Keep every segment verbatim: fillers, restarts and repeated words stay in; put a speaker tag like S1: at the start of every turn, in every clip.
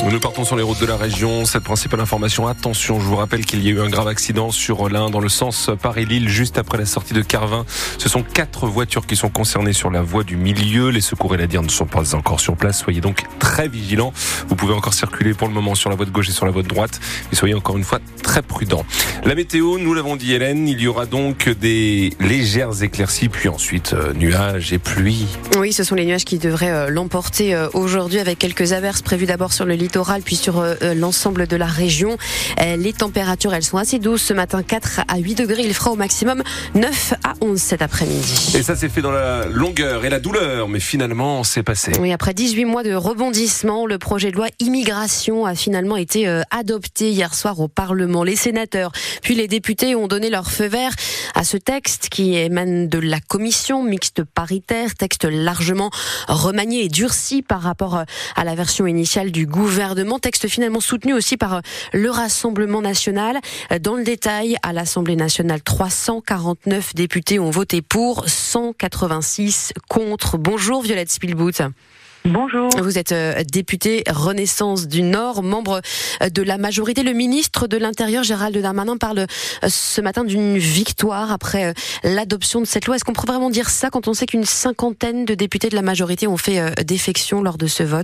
S1: Nous partons sur les routes de la région. Cette principale information, attention, je vous rappelle qu'il y a eu un grave accident sur l'Ain dans le sens Paris-Lille juste après la sortie de Carvin. Ce sont quatre voitures qui sont concernées sur la voie du milieu. Les secours et la D I R ne sont pas encore sur place. Soyez donc très vigilants. Vous pouvez encore circuler pour le moment sur la voie de gauche et sur la voie de droite. Mais soyez encore une fois très prudents. La météo, nous l'avons dit Hélène, il y aura donc des légères éclaircies, puis ensuite euh, nuages et pluie.
S2: Oui, ce sont les nuages qui devraient euh, l'emporter euh, aujourd'hui avec quelques averses prévues d'abord sur le littoral puis sur euh, l'ensemble de la région. Euh, les températures, elles sont assez douces ce matin, quatre à huit degrés. Il fera au maximum neuf à onze cet après-midi.
S1: Et ça s'est fait dans la longueur et la douleur, mais finalement, c'est passé.
S2: Oui, après dix-huit mois de rebondissement, le projet de loi immigration a finalement été euh, adopté hier soir au Parlement. Les sénateurs puis les députés ont donné leur feu vert à ce texte qui émane de la commission mixte paritaire, texte largement remanié et durci par rapport à la version initiale du gouvernement, texte finalement soutenu aussi par le Rassemblement national. Dans le détail, à l'Assemblée nationale, trois cent quarante-neuf députés ont voté pour, cent quatre-vingt-six contre. Bonjour Violette Spielbout.
S3: Bonjour.
S2: Vous êtes députée Renaissance du Nord, membre de la majorité. Le ministre de l'Intérieur, Gérald Darmanin, parle ce matin d'une victoire après l'adoption de cette loi. Est-ce qu'on peut vraiment dire ça quand on sait qu'une cinquantaine de députés de la majorité ont fait défection lors de ce vote ?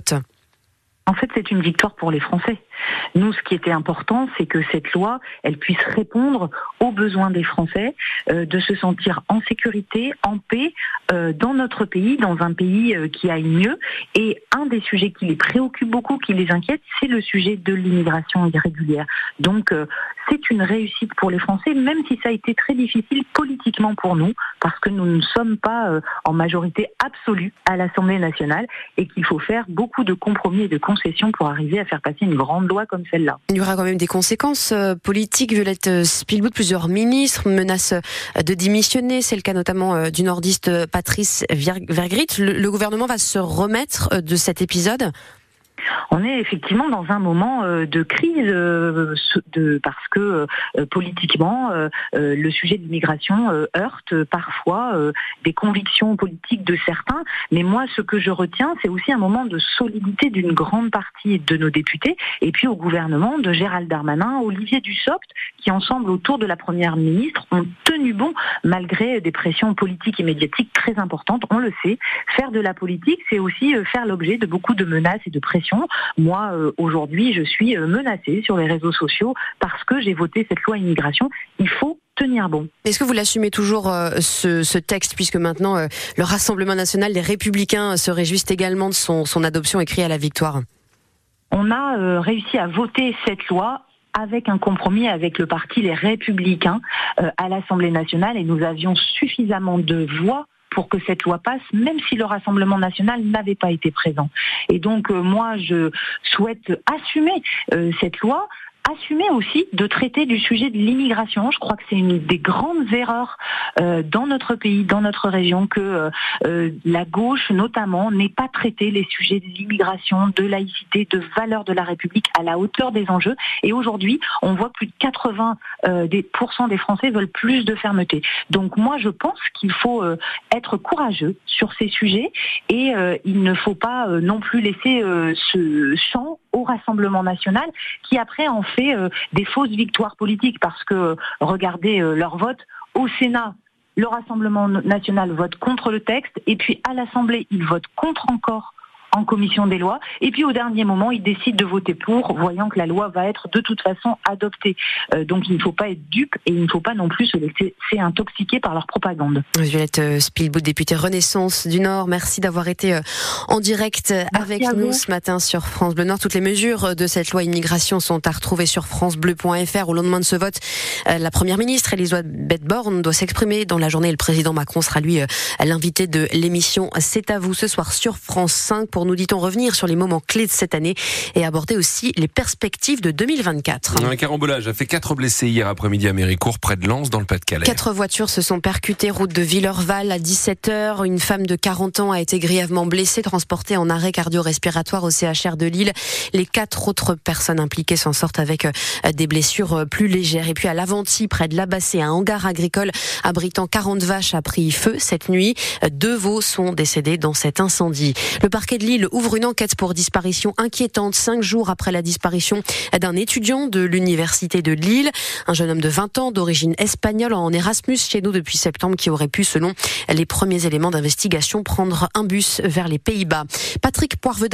S3: En fait, c'est une victoire pour les Français. Nous, ce qui était important, c'est que cette loi, elle puisse répondre aux besoins des Français, euh, de se sentir en sécurité, en paix, euh, dans notre pays, dans un pays euh, qui aille mieux. Et un des sujets qui les préoccupe beaucoup, qui les inquiète, c'est le sujet de l'immigration irrégulière. Donc, euh, c'est une réussite pour les Français, même si ça a été très difficile politiquement pour nous, parce que nous ne sommes pas euh, en majorité absolue à l'Assemblée nationale et qu'il faut faire beaucoup de compromis et de concessions pour arriver à faire passer une grande loi comme celle-là.
S2: Il y aura quand même des conséquences euh, politiques. Violette Spielbout, plusieurs ministres menacent euh, de démissionner. C'est le cas notamment euh, du nordiste euh, Patrice Vergrit. Le, le gouvernement va se remettre euh, de cet épisode ?
S3: On est effectivement dans un moment euh, de crise euh, de, parce que euh, politiquement, euh, euh, le sujet de l'immigration euh, heurte parfois euh, des convictions politiques de certains. Mais moi, ce que je retiens, c'est aussi un moment de solidité d'une grande partie de nos députés et puis au gouvernement de Gérald Darmanin, Olivier Dussopt, qui ensemble autour de la Première ministre ont tenu bon malgré des pressions politiques et médiatiques très importantes. On le sait, faire de la politique, c'est aussi euh, faire l'objet de beaucoup de menaces et de pressions. Moi, euh, aujourd'hui, je suis euh, menacée sur les réseaux sociaux parce que j'ai voté cette loi immigration. Il faut tenir bon.
S2: Est-ce que vous l'assumez toujours, euh, ce, ce texte, puisque maintenant, euh, le Rassemblement national, les Républicains se réjouissent également de son, son adoption et crient à la victoire ?
S3: On a euh, réussi à voter cette loi avec un compromis avec le parti Les Républicains euh, à l'Assemblée nationale et nous avions suffisamment de voix pour que cette loi passe, même si le Rassemblement national n'avait pas été présent. Et donc, euh, moi, je souhaite assumer euh, cette loi, assumer aussi de traiter du sujet de l'immigration. Je crois que c'est une des grandes erreurs euh, dans notre pays, dans notre région, que euh, la gauche, notamment, n'ait pas traité les sujets de l'immigration, de laïcité, de valeurs de la République à la hauteur des enjeux. Et aujourd'hui, on voit que plus de quatre-vingts pour cent des Français veulent plus de fermeté. Donc moi, je pense qu'il faut euh, être courageux sur ces sujets et euh, il ne faut pas euh, non plus laisser euh, ce champ au Rassemblement national qui après en fait euh, des fausses victoires politiques parce que euh, regardez euh, leur vote au Sénat. Le Rassemblement national vote contre le texte et puis à l'Assemblée, il vote contre encore en commission des lois, et puis au dernier moment, ils décident de voter pour, voyant que la loi va être de toute façon adoptée. Euh, donc il ne faut pas être dupe et il ne faut pas non plus se laisser intoxiquer par leur propagande.
S2: Violette Spielbout, députée Renaissance du Nord, merci d'avoir été en direct merci avec nous ce matin sur France Bleu Nord. Toutes les mesures de cette loi immigration sont à retrouver sur francebleu point f r. Au lendemain de ce vote, la Première ministre Elisabeth Borne doit s'exprimer dans la journée. Le président Macron sera lui l'invité de l'émission C'est à vous ce soir sur France cinq pour, nous dit-on, revenir sur les moments clés de cette année et aborder aussi les perspectives de deux mille vingt-quatre.
S1: Un carambolage a fait quatre blessés hier après-midi à Méricourt, près de Lens, dans le Pas-de-Calais.
S2: Quatre voitures se sont percutées route de Villeurval à dix-sept heures. Une femme de quarante ans a été grièvement blessée, transportée en arrêt cardio-respiratoire au C H R de Lille. Les quatre autres personnes impliquées s'en sortent avec des blessures plus légères. Et puis à Laventie, près de Labassé, un hangar agricole abritant quarante vaches a pris feu cette nuit. Deux veaux sont décédés dans cet incendie. Le parquet de Lille Lille ouvre une enquête pour disparition inquiétante cinq jours après la disparition d'un étudiant de l'université de Lille. Un jeune homme de vingt ans d'origine espagnole en Erasmus chez nous depuis septembre qui aurait pu, selon les premiers éléments d'investigation, prendre un bus vers les Pays-Bas. Patrick Poivre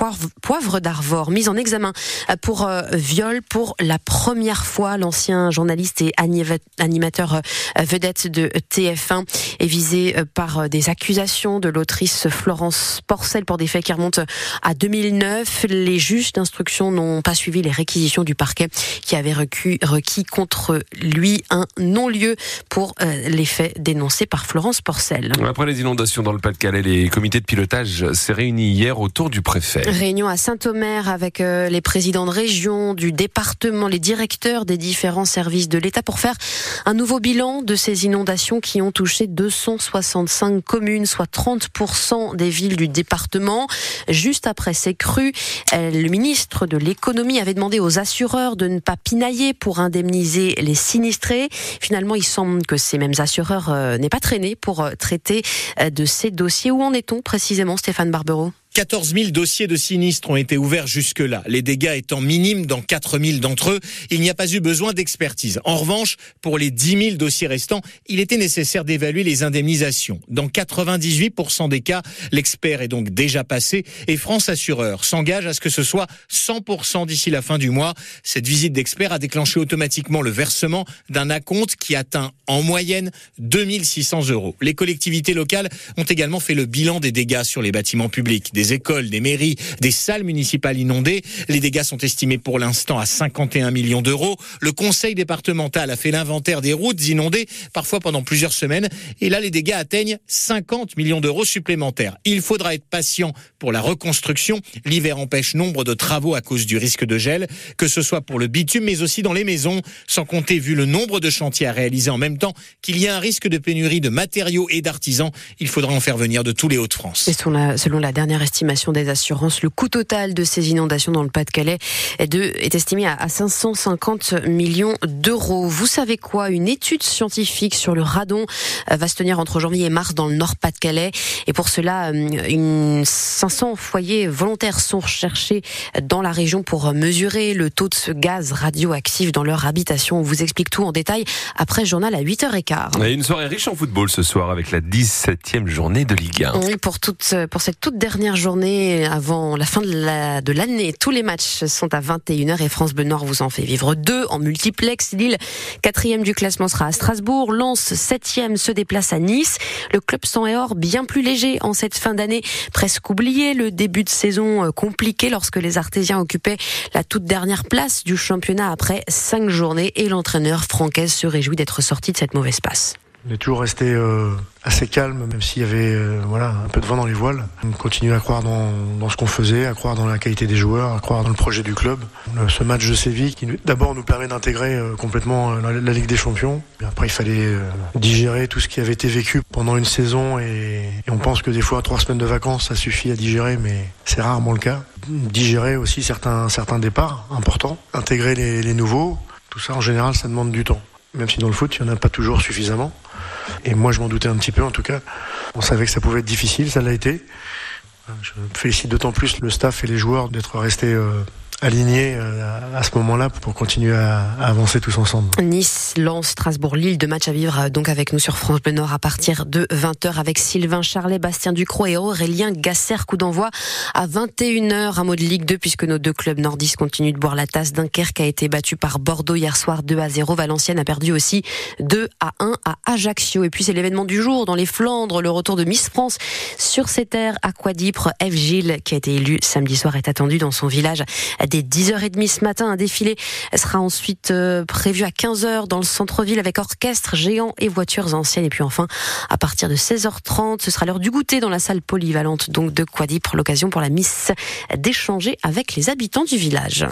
S2: d'Arvor, mis en examen pour euh, viol pour la première fois. L'ancien journaliste et animateur euh, vedette de T F un est visé euh, par des accusations de l'autrice Florence Porcel pour des faits qui remontent à deux mille neuf. Les juges d'instruction n'ont pas suivi les réquisitions du parquet qui avait requis, requis contre lui un non-lieu pour euh, les faits dénoncés par Florence Porcel.
S1: Après les inondations dans le Pas-de-Calais, les comités de pilotage s'est réunis hier autour du préfet.
S2: Réunion à Saint-Omer avec euh, les présidents de région, du département, les directeurs des différents services de l'État pour faire un nouveau bilan de ces inondations qui ont touché deux cent soixante-cinq communes, soit trente pour cent des villes du département. Juste après ces crues, euh, le ministre de l'économie avait demandé aux assureurs de ne pas pinailler pour indemniser les sinistrés. Finalement, il semble que ces mêmes assureurs euh, n'aient pas traîné pour euh, traiter euh, de ces dossiers. Où en est-on précisément, Stéphane Barbero ?
S4: quatorze mille dossiers de sinistres ont été ouverts jusque-là, les dégâts étant minimes dans quatre mille d'entre eux. Il n'y a pas eu besoin d'expertise. En revanche, pour les dix mille dossiers restants, il était nécessaire d'évaluer les indemnisations. Dans quatre-vingt-dix-huit pour cent des cas, l'expert est donc déjà passé et France Assureurs s'engage à ce que ce soit cent pour cent d'ici la fin du mois. Cette visite d'expert a déclenché automatiquement le versement d'un acompte qui atteint en moyenne deux mille six cents euros. Les collectivités locales ont également fait le bilan des dégâts sur les bâtiments publics, des écoles, des mairies, des salles municipales inondées. Les dégâts sont estimés pour l'instant à cinquante et un millions d'euros. Le conseil départemental a fait l'inventaire des routes inondées, parfois pendant plusieurs semaines. Et là, les dégâts atteignent cinquante millions d'euros supplémentaires. Il faudra être patient pour la reconstruction. L'hiver empêche nombre de travaux à cause du risque de gel, que ce soit pour le bitume, mais aussi dans les maisons. Sans compter, vu le nombre de chantiers à réaliser en même temps, qu'il y a un risque de pénurie de matériaux et d'artisans. Il faudra en faire venir de tous les Hauts-de-France.
S2: Et selon la, selon la dernière estimation des assurances, le coût total de ces inondations dans le Pas-de-Calais est, de, est estimé à, à cinq cent cinquante millions d'euros. Vous savez quoi ? Une étude scientifique sur le radon va se tenir entre janvier et mars dans le Nord-Pas-de-Calais. Et pour cela, une cinq cents foyers volontaires sont recherchés dans la région pour mesurer le taux de ce gaz radioactif dans leur habitation. On vous explique tout en détail après le journal à huit heures quinze.
S1: Et une soirée riche en football ce soir avec la dix-septième journée de Ligue un.
S2: Oui, pour, toute, pour cette toute dernière journée avant la fin de, la, de l'année, tous les matchs sont à vingt et une heures et France Bleu Nord vous en fait vivre deux en multiplex. Lille, quatrième du classement, sera à Strasbourg. Lens, septième, se déplace à Nice. Le club sang et or bien plus léger en cette fin d'année, presque oublié. Le début de saison compliqué lorsque les Artésiens occupaient la toute dernière place du championnat après cinq journées et l'entraîneur Francaise se réjouit d'être sorti de cette mauvaise passe.
S5: On est toujours resté euh, assez calme, même s'il y avait euh, voilà, un peu de vent dans les voiles. On continue à croire dans, dans ce qu'on faisait, à croire dans la qualité des joueurs, à croire dans le projet du club. Euh, ce match de Séville qui d'abord nous permet d'intégrer euh, complètement la, la Ligue des Champions. Et après il fallait euh, digérer tout ce qui avait été vécu pendant une saison et, et on pense que des fois trois semaines de vacances ça suffit à digérer, mais c'est rarement le cas. Digérer aussi certains, certains départs importants, intégrer les, les nouveaux, tout ça en général ça demande du temps. Même si dans le foot, il n'y en a pas toujours suffisamment. Et moi, je m'en doutais un petit peu, en tout cas. On savait que ça pouvait être difficile, ça l'a été. Je félicite d'autant plus le staff et les joueurs d'être restés euh, alignés euh, à ce moment-là pour continuer à, à avancer tous ensemble.
S2: Nice, Lens, Strasbourg, Lille, deux matchs à vivre donc avec nous sur France Bleu Nord à partir de vingt heures avec Sylvain Charlet, Bastien Ducrot et Aurélien Gasser. Coup d'envoi à vingt et une heures. Un mot de Ligue deux puisque nos deux clubs nordistes continuent de boire la tasse. Dunkerque a été battu par Bordeaux hier soir deux à zéro. Valenciennes a perdu aussi deux à un à Ajaccio. Et puis c'est l'événement du jour dans les Flandres. Le retour de Miss France sur ses terres à Quadipre. Eve Gilles, qui a été élue samedi soir, est attendue dans son village dès dix heures trente ce matin. Un défilé sera ensuite euh, prévu à quinze heures dans le centre-ville avec orchestre géant et voitures anciennes. Et puis enfin, à partir de seize heures trente, ce sera l'heure du goûter dans la salle polyvalente donc de Quadipre. L'occasion pour la Miss d'échanger avec les habitants du village.